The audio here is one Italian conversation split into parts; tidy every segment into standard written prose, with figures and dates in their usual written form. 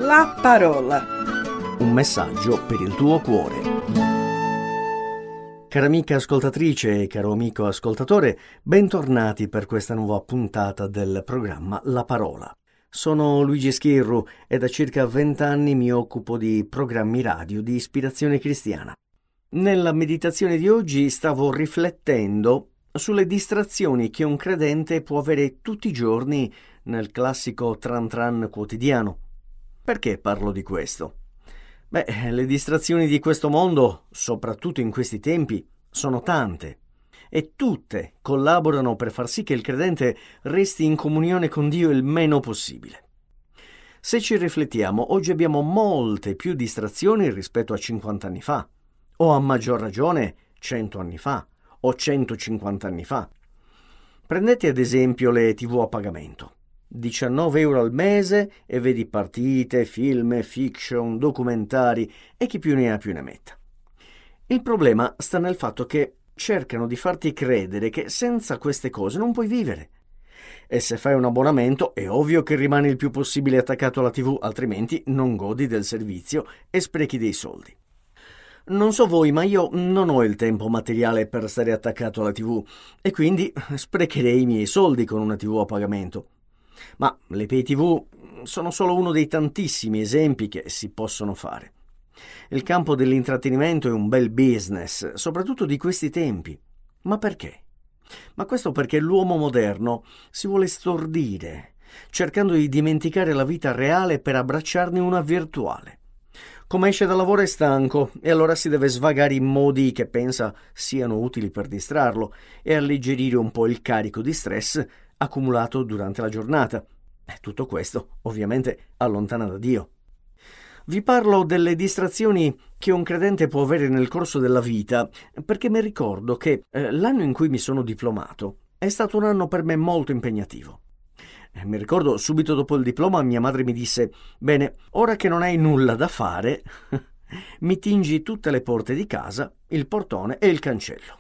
La parola. Un messaggio per il tuo cuore. Cara amica ascoltatrice e caro amico ascoltatore, bentornati per questa nuova puntata del programma La Parola. Sono Luigi Schirru e da circa 20 anni mi occupo di programmi radio di ispirazione cristiana. Nella meditazione di oggi stavo riflettendo sulle distrazioni che un credente può avere tutti i giorni nel classico tran tran quotidiano. Perché parlo di questo? Le distrazioni di questo mondo, soprattutto in questi tempi, sono tante e tutte collaborano per far sì che il credente resti in comunione con Dio il meno possibile. Se ci riflettiamo, oggi abbiamo molte più distrazioni rispetto a 50 anni fa, o a maggior ragione 100 anni fa, o 150 anni fa. Prendete ad esempio le TV a pagamento. 19 euro al mese e vedi partite, film, fiction, documentari e chi più ne ha più ne metta. Il problema sta nel fatto che cercano di farti credere che senza queste cose non puoi vivere. E se fai un abbonamento è ovvio che rimani il più possibile attaccato alla TV, altrimenti non godi del servizio e sprechi dei soldi. Non so voi, ma io non ho il tempo materiale per stare attaccato alla TV e quindi sprecherei i miei soldi con una TV a pagamento. Ma le pay TV sono solo uno dei tantissimi esempi che si possono fare. Il campo dell'intrattenimento è un bel business, soprattutto di questi tempi. Ma perché? Ma questo perché l'uomo moderno si vuole stordire, cercando di dimenticare la vita reale per abbracciarne una virtuale. Come esce dal lavoro è stanco e allora si deve svagare in modi che pensa siano utili per distrarlo e alleggerire un po' il carico di stress accumulato durante la giornata. Tutto questo ovviamente allontana da Dio. Vi parlo delle distrazioni che un credente può avere nel corso della vita perché mi ricordo che l'anno in cui mi sono diplomato è stato un anno per me molto impegnativo. Mi ricordo subito dopo il diploma mia madre mi disse: bene, ora che non hai nulla da fare, mi tingi tutte le porte di casa, il portone e il cancello.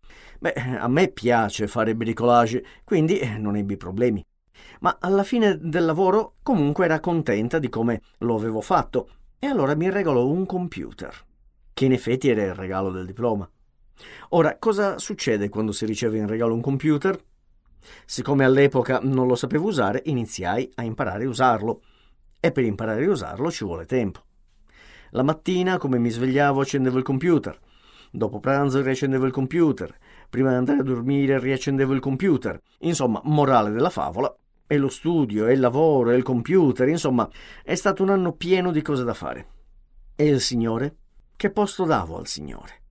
A me piace fare bricolage, quindi non ebbi problemi. Ma alla fine del lavoro comunque era contenta di come lo avevo fatto e allora mi regalò un computer, che in effetti era il regalo del diploma. Ora, cosa succede quando si riceve in regalo un computer? Siccome all'epoca non lo sapevo usare, iniziai a imparare a usarlo e per imparare a usarlo ci vuole tempo. La mattina, come mi svegliavo, accendevo il computer. Dopo pranzo riaccendevo il computer. Prima di andare a dormire riaccendevo il computer. Insomma, morale della favola, è lo studio, è il lavoro, è il computer, insomma, è stato un anno pieno di cose da fare. E il Signore? Che posto davo al Signore?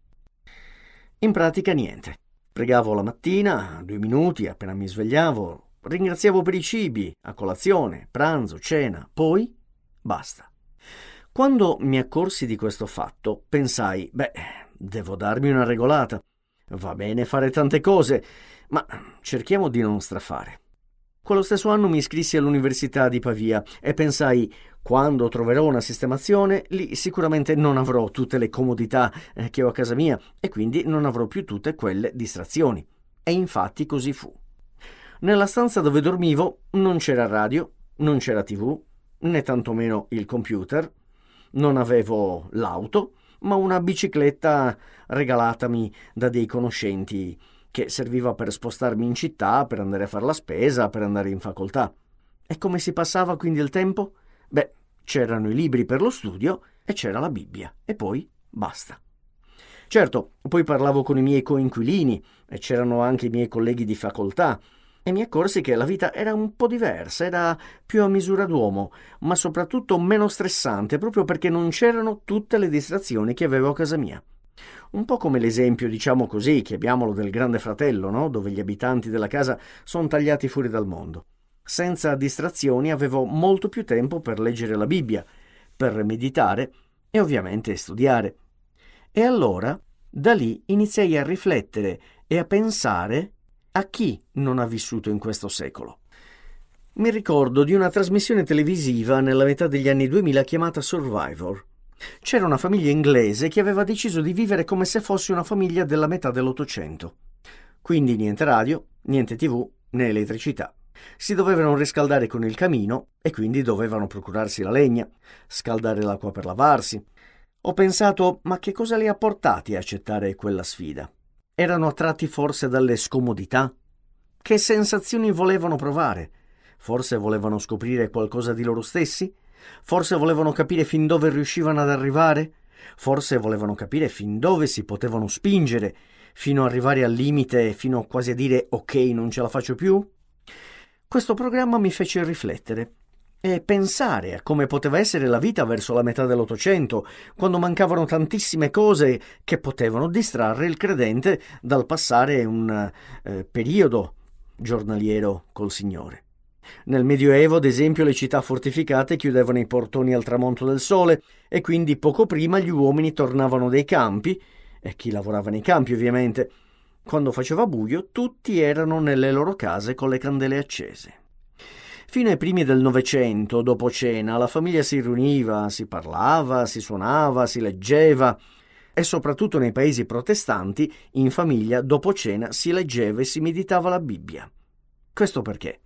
In pratica niente. Pregavo la mattina, 2 minuti appena mi svegliavo, ringraziavo per i cibi, a colazione, pranzo, cena, poi basta. Quando mi accorsi di questo fatto, pensai, devo darmi una regolata. Va bene fare tante cose, ma cerchiamo di non strafare. Quello stesso anno mi iscrissi all'Università di Pavia e pensai, quando troverò una sistemazione, lì sicuramente non avrò tutte le comodità che ho a casa mia e quindi non avrò più tutte quelle distrazioni. E infatti così fu. Nella stanza dove dormivo non c'era radio, non c'era TV, né tantomeno il computer, non avevo l'auto, ma una bicicletta regalatami da dei conoscenti che serviva per spostarmi in città, per andare a fare la spesa, per andare in facoltà. E come si passava quindi il tempo? C'erano i libri per lo studio e c'era la Bibbia e poi basta. Certo, poi parlavo con i miei coinquilini e c'erano anche i miei colleghi di facoltà e mi accorsi che la vita era un po' diversa, era più a misura d'uomo, ma soprattutto meno stressante, proprio perché non c'erano tutte le distrazioni che avevo a casa mia. Un po' come l'esempio, diciamo così, chiamiamolo del Grande Fratello, no? Dove gli abitanti della casa sono tagliati fuori dal mondo. Senza distrazioni avevo molto più tempo per leggere la Bibbia, per meditare e ovviamente studiare. E allora, da lì iniziai a riflettere e a pensare a chi non ha vissuto in questo secolo. Mi ricordo di una trasmissione televisiva nella metà degli anni 2000 chiamata Survivor. C'era una famiglia inglese che aveva deciso di vivere come se fosse una famiglia della metà dell'Ottocento. Quindi niente radio, niente TV, né elettricità. Si dovevano riscaldare con il camino e quindi dovevano procurarsi la legna, scaldare l'acqua per lavarsi. Ho pensato, ma che cosa li ha portati a accettare quella sfida? Erano attratti forse dalle scomodità? Che sensazioni volevano provare? Forse volevano scoprire qualcosa di loro stessi? Forse volevano capire fin dove riuscivano ad arrivare? Forse volevano capire fin dove si potevano spingere, fino ad arrivare al limite, fino quasi a dire ok, non ce la faccio più? Questo programma mi fece riflettere e pensare a come poteva essere la vita verso la metà dell'Ottocento, quando mancavano tantissime cose che potevano distrarre il credente dal passare un periodo giornaliero col Signore. Nel Medioevo, ad esempio, le città fortificate chiudevano i portoni al tramonto del sole e quindi poco prima gli uomini tornavano dai campi, e chi lavorava nei campi ovviamente. Quando faceva buio tutti erano nelle loro case con le candele accese. Fino ai primi del Novecento, dopo cena, la famiglia si riuniva, si parlava, si suonava, si leggeva e soprattutto nei paesi protestanti, in famiglia, dopo cena, si leggeva e si meditava la Bibbia. Questo perché?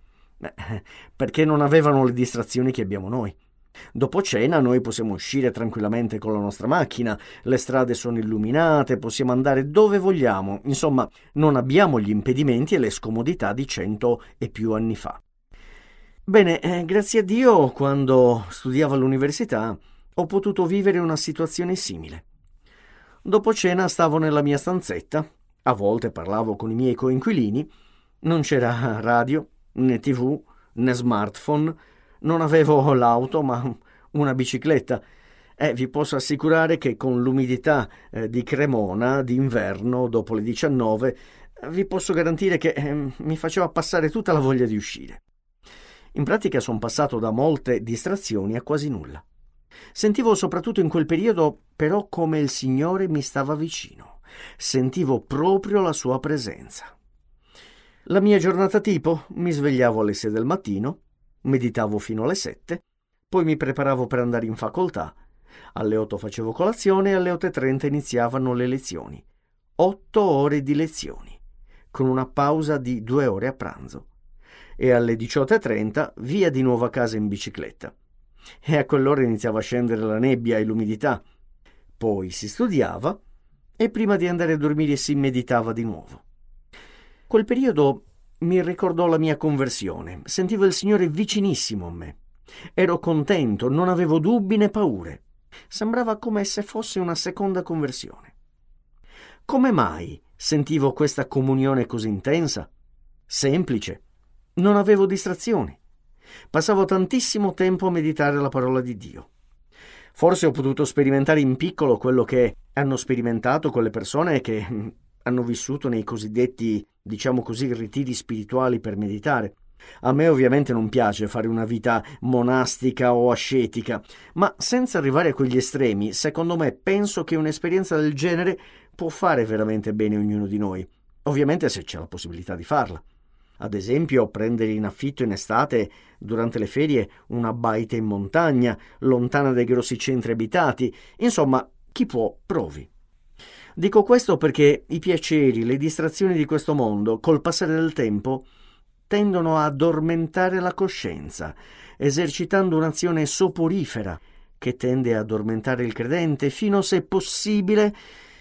Perché non avevano le distrazioni che abbiamo noi. Dopo cena noi possiamo uscire tranquillamente con la nostra macchina, le strade sono illuminate, possiamo andare dove vogliamo, insomma non abbiamo gli impedimenti e le scomodità di 100 e più anni fa. Bene, grazie a Dio, quando studiavo all'università ho potuto vivere una situazione simile. Dopo cena stavo nella mia stanzetta, a volte parlavo con i miei coinquilini, non c'era radio, né TV, né smartphone, non avevo l'auto, ma una bicicletta. Vi posso assicurare che con l'umidità di Cremona d'inverno, dopo le 19, vi posso garantire che mi faceva passare tutta la voglia di uscire. In pratica sono passato da molte distrazioni a quasi nulla. Sentivo soprattutto in quel periodo però come il Signore mi stava vicino. Sentivo proprio la sua presenza. La mia giornata tipo: mi svegliavo alle 6 del mattino, meditavo fino alle 7, poi mi preparavo per andare in facoltà, alle 8 facevo colazione e alle 8:30 iniziavano le lezioni. 8 ore di lezioni, con una pausa di 2 ore a pranzo. E alle 18:30 via di nuovo a casa in bicicletta. E a quell'ora iniziava a scendere la nebbia e l'umidità. Poi si studiava e prima di andare a dormire si meditava di nuovo. Quel periodo mi ricordò la mia conversione. Sentivo il Signore vicinissimo a me. Ero contento, non avevo dubbi né paure. Sembrava come se fosse una seconda conversione. Come mai sentivo questa comunione così intensa? Semplice. Non avevo distrazioni. Passavo tantissimo tempo a meditare la parola di Dio. Forse ho potuto sperimentare in piccolo quello che hanno sperimentato quelle persone che hanno vissuto nei cosiddetti, diciamo così, ritiri spirituali per meditare. A me ovviamente non piace fare una vita monastica o ascetica, ma senza arrivare a quegli estremi, secondo me penso che un'esperienza del genere può fare veramente bene a ognuno di noi, ovviamente se c'è la possibilità di farla. Ad esempio, prendere in affitto in estate, durante le ferie, una baita in montagna, lontana dai grossi centri abitati. Insomma, chi può, provi. Dico questo perché i piaceri, le distrazioni di questo mondo, col passare del tempo, tendono a addormentare la coscienza, esercitando un'azione soporifera che tende a addormentare il credente fino, se possibile,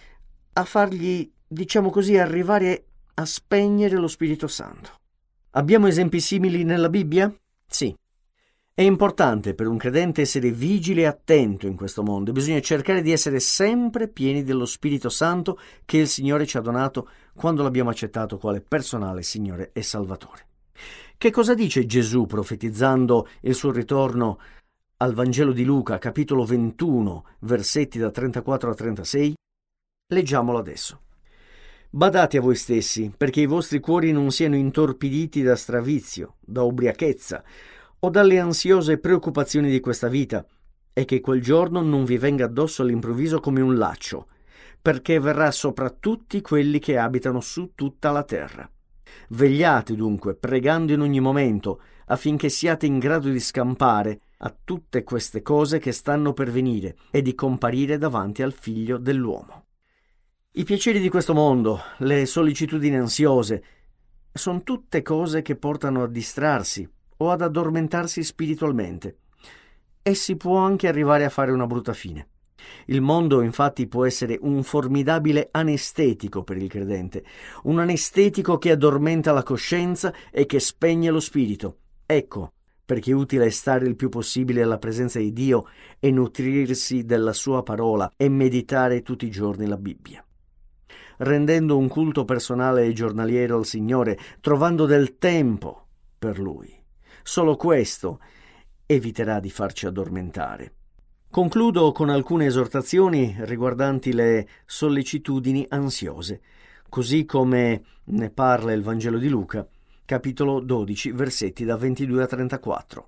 a fargli, diciamo così, arrivare a spegnere lo Spirito Santo. Abbiamo esempi simili nella Bibbia? Sì. È importante per un credente essere vigile e attento in questo mondo. Bisogna cercare di essere sempre pieni dello Spirito Santo che il Signore ci ha donato quando l'abbiamo accettato quale personale Signore e Salvatore. Che cosa dice Gesù profetizzando il suo ritorno al Vangelo di Luca, capitolo 21, versetti da 34 a 36? Leggiamolo adesso. Badate a voi stessi, perché i vostri cuori non siano intorpiditi da stravizio, da ubriachezza o dalle ansiose preoccupazioni di questa vita, e che quel giorno non vi venga addosso all'improvviso come un laccio, perché verrà sopra tutti quelli che abitano su tutta la terra. Vegliate dunque, pregando in ogni momento, affinché siate in grado di scampare a tutte queste cose che stanno per venire e di comparire davanti al Figlio dell'uomo. I piaceri di questo mondo, le sollecitudini ansiose, Sono tutte cose che portano a distrarsi o ad addormentarsi spiritualmente. E si può anche arrivare a fare una brutta fine. Il mondo infatti può essere un formidabile anestetico per il credente, un anestetico che addormenta la coscienza e che spegne lo spirito. Ecco perché è utile stare il più possibile alla presenza di Dio e nutrirsi della sua parola e meditare tutti i giorni la Bibbia, rendendo un culto personale e giornaliero al Signore, trovando del tempo per Lui. Solo questo eviterà di farci addormentare. Concludo con alcune esortazioni riguardanti le sollecitudini ansiose, così come ne parla il Vangelo di Luca, capitolo 12, versetti da 22 a 34.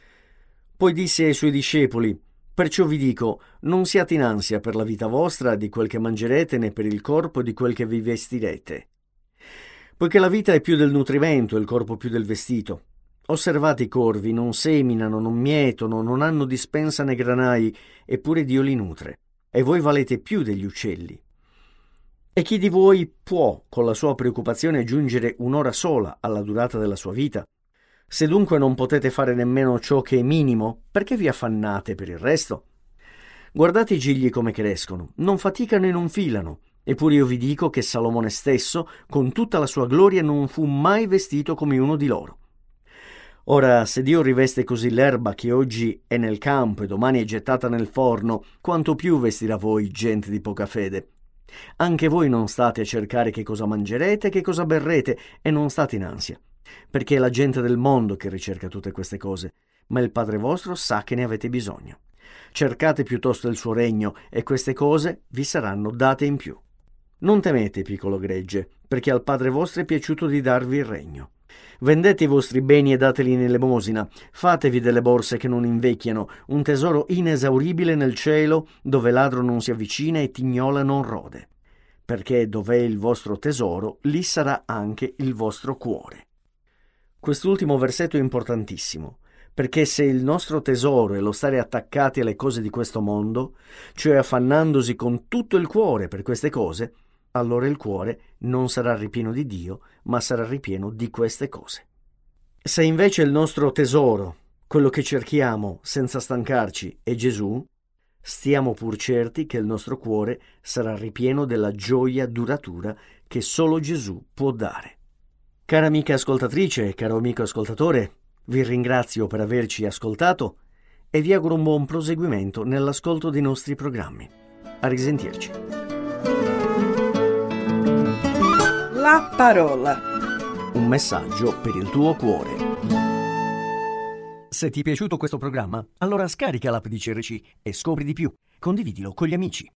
Poi disse ai suoi discepoli: «Perciò vi dico, non siate in ansia per la vita vostra, di quel che mangerete, né per il corpo, di quel che vi vestirete. Poiché la vita è più del nutrimento, e il corpo più del vestito. Osservate i corvi, non seminano, non mietono, non hanno dispensa né granai, eppure Dio li nutre. E voi valete più degli uccelli. E chi di voi può, con la sua preoccupazione, aggiungere un'ora sola alla durata della sua vita? Se dunque non potete fare nemmeno ciò che è minimo, perché vi affannate per il resto? Guardate i gigli come crescono, non faticano e non filano. Eppure io vi dico che Salomone stesso, con tutta la sua gloria, non fu mai vestito come uno di loro. Ora, se Dio riveste così l'erba che oggi è nel campo e domani è gettata nel forno, quanto più vestirà voi, gente di poca fede. Anche voi non state a cercare che cosa mangerete, che cosa berrete, e non state in ansia, perché è la gente del mondo che ricerca tutte queste cose, ma il Padre vostro sa che ne avete bisogno. Cercate piuttosto il suo regno, e queste cose vi saranno date in più. Non temete, piccolo gregge, perché al Padre vostro è piaciuto di darvi il regno. Vendete i vostri beni e dateli in elemosina, fatevi delle borse che non invecchiano, un tesoro inesauribile nel cielo, dove ladro non si avvicina e tignola non rode. Perché dov'è il vostro tesoro, lì sarà anche il vostro cuore. Quest'ultimo versetto è importantissimo, perché se il nostro tesoro è lo stare attaccati alle cose di questo mondo, cioè affannandosi con tutto il cuore per queste cose, allora il cuore non sarà ripieno di Dio, ma sarà ripieno di queste cose. Se invece il nostro tesoro, quello che cerchiamo senza stancarci, è Gesù, stiamo pur certi che il nostro cuore sarà ripieno della gioia duratura che solo Gesù può dare. Cara amica ascoltatrice e caro amico ascoltatore, vi ringrazio per averci ascoltato e vi auguro un buon proseguimento nell'ascolto dei nostri programmi. A risentirci. La parola. Un messaggio per il tuo cuore. Se ti è piaciuto questo programma, allora scarica l'app di CRC e scopri di più. Condividilo con gli amici.